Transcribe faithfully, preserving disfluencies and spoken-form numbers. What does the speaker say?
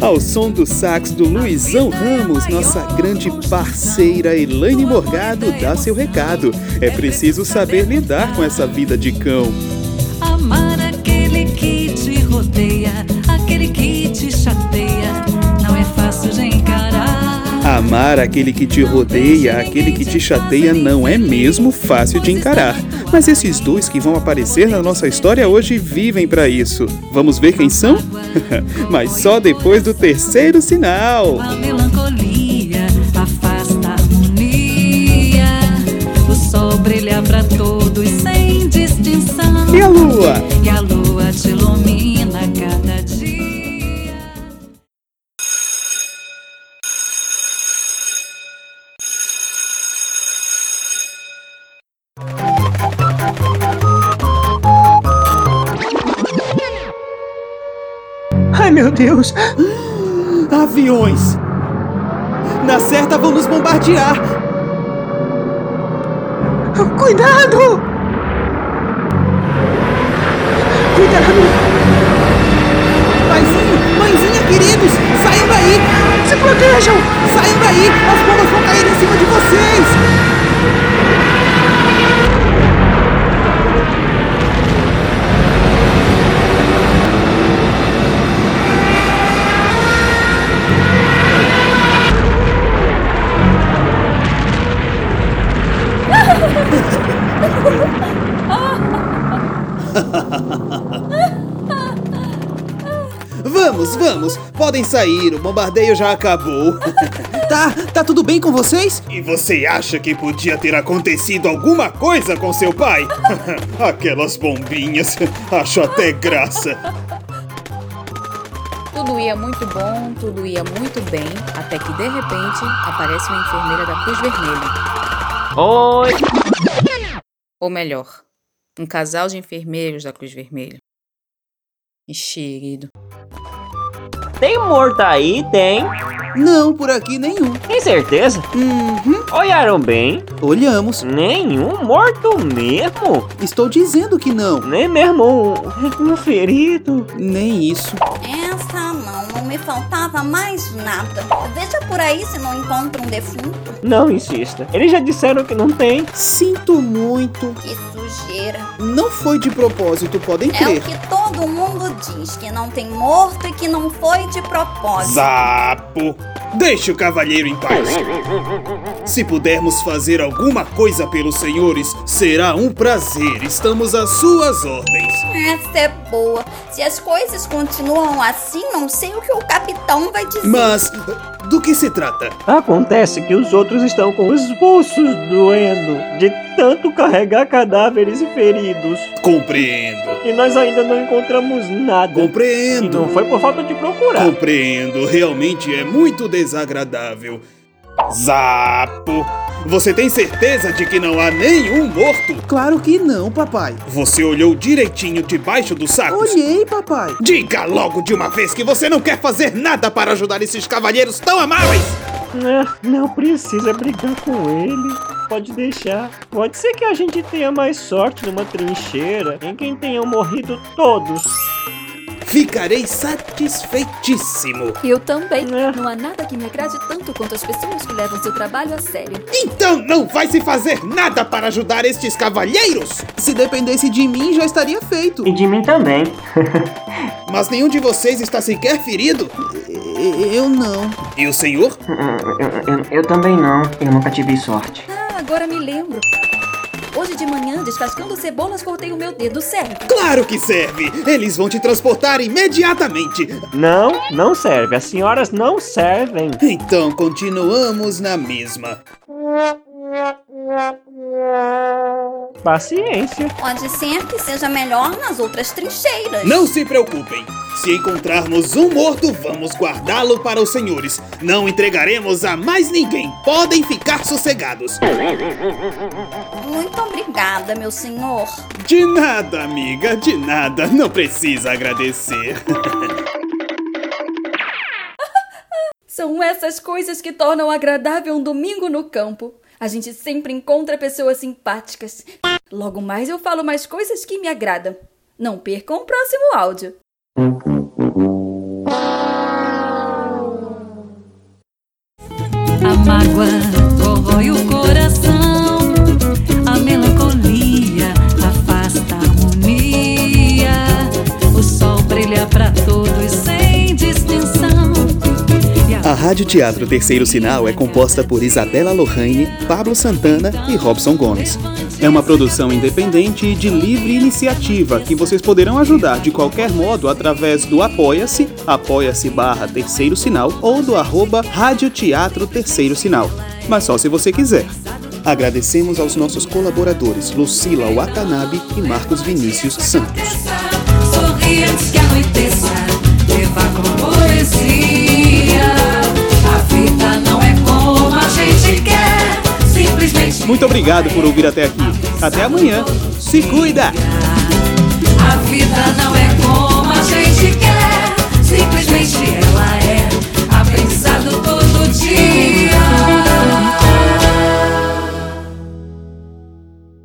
Ao som do sax do Luizão Ramos, nossa grande parceira Elaine Morgado dá seu recado. É preciso saber lidar com essa vida de cão. Amar aquele que te rodeia, aquele que te chateia, não é fácil de encarar. Amar aquele que te rodeia, aquele que te chateia, não é mesmo fácil de encarar. Mas esses dois que vão aparecer na nossa história hoje vivem pra isso. Vamos ver quem são? Mas só depois do terceiro sinal. A melancolia afasta a harmonia, o sol brilha pra todos sem distinção. E a lua? E a lua te ilumina cada dia. Ai, meu Deus! Aviões! Na certa vão nos bombardear! Cuidado! Cuidado! Paizinho, mãezinha, queridos! Saiam daí! Se protejam! Saiam daí! As bombas vão cair em cima de vocês! Vamos, vamos! Podem sair, o bombardeio já acabou. Tá, tá tudo bem com vocês? E você acha que podia ter acontecido alguma coisa com seu pai? Aquelas bombinhas, acho até graça. Tudo ia muito bom, tudo ia muito bem, até que de repente aparece uma enfermeira da Cruz Vermelha. Oi! Ou melhor, um casal de enfermeiros da Cruz Vermelha. Enxerido. Tem morto aí? Tem. Não, por aqui nenhum. Tem certeza? Uhum. Olharam bem? Olhamos. Nenhum morto mesmo? Estou dizendo que não. Nem mesmo um, um ferido? Nem isso. Essa não, não me faltava mais nada. Veja por aí se não encontra um defunto. Não insista. Eles já disseram que não tem. Sinto muito. Que sujeira. Não foi de propósito, podem É crer. o que todo mundo diz, que não tem morto e que não foi de propósito. Zapo! Deixe o cavalheiro em paz. Se pudermos fazer alguma coisa pelos senhores, será um prazer. Estamos às suas ordens. Essa é boa. Se as coisas continuam assim, não sei o que o capitão vai dizer. Mas, do que se trata? Acontece que os outros estão com os pulsos doendo de tanto carregar cadáveres e feridos. Compreendo. E nós ainda não encontramos nada. Compreendo. E não foi por falta de procurar. Compreendo. Realmente é muito desagradável. Zapo! Você tem certeza de que não há nenhum morto? Claro que não, papai. Você olhou direitinho debaixo dos sacos? Olhei, papai. Diga logo de uma vez que você não quer fazer nada para ajudar esses cavalheiros tão amáveis! É, não precisa brigar com ele. Pode deixar. Pode ser que a gente tenha mais sorte numa trincheira em quem tenham morrido todos. Ficarei satisfeitíssimo. Eu também. É. Não há nada que me agrade tanto quanto as pessoas que levam seu trabalho a sério. Então não vai se fazer nada para ajudar estes cavalheiros? Se dependesse de mim, já estaria feito. E de mim também. Mas nenhum de vocês está sequer ferido? Eu não. E o senhor? Eu, eu, eu também não. Eu nunca tive sorte. Ah, agora me lembro. Hoje de manhã, descascando cebolas, cortei o meu dedo, serve? Claro que serve! Eles vão te transportar imediatamente! Não, não serve. As senhoras não servem. Então continuamos na mesma. Paciência. Pode ser que seja melhor nas outras trincheiras. Não se preocupem! Se encontrarmos um morto, vamos guardá-lo para os senhores. Não entregaremos a mais ninguém. Podem ficar sossegados. Muito obrigada, meu senhor. De nada, amiga, de nada. Não precisa agradecer. São essas coisas que tornam agradável um domingo no campo. A gente sempre encontra pessoas simpáticas. Logo mais eu falo mais coisas que me agradam. Não percam o próximo áudio. Rádio Teatro Terceiro Sinal é composta por Isabela Lohane, Pablo Santana e Robson Gomes. É uma produção independente e de livre iniciativa que vocês poderão ajudar de qualquer modo através do Apoia-se, apoia-se barra Terceiro Sinal ou do arroba Rádio Teatro Terceiro Sinal, mas só se você quiser. Agradecemos aos nossos colaboradores Lucila Watanabe e Marcos Vinícius Santos. Sorri antes que anoiteça, levar com poesia. A vida não é como a gente quer, simplesmente. Muito obrigado por ouvir até aqui. Até amanhã. Se cuida! A vida não é como a gente quer.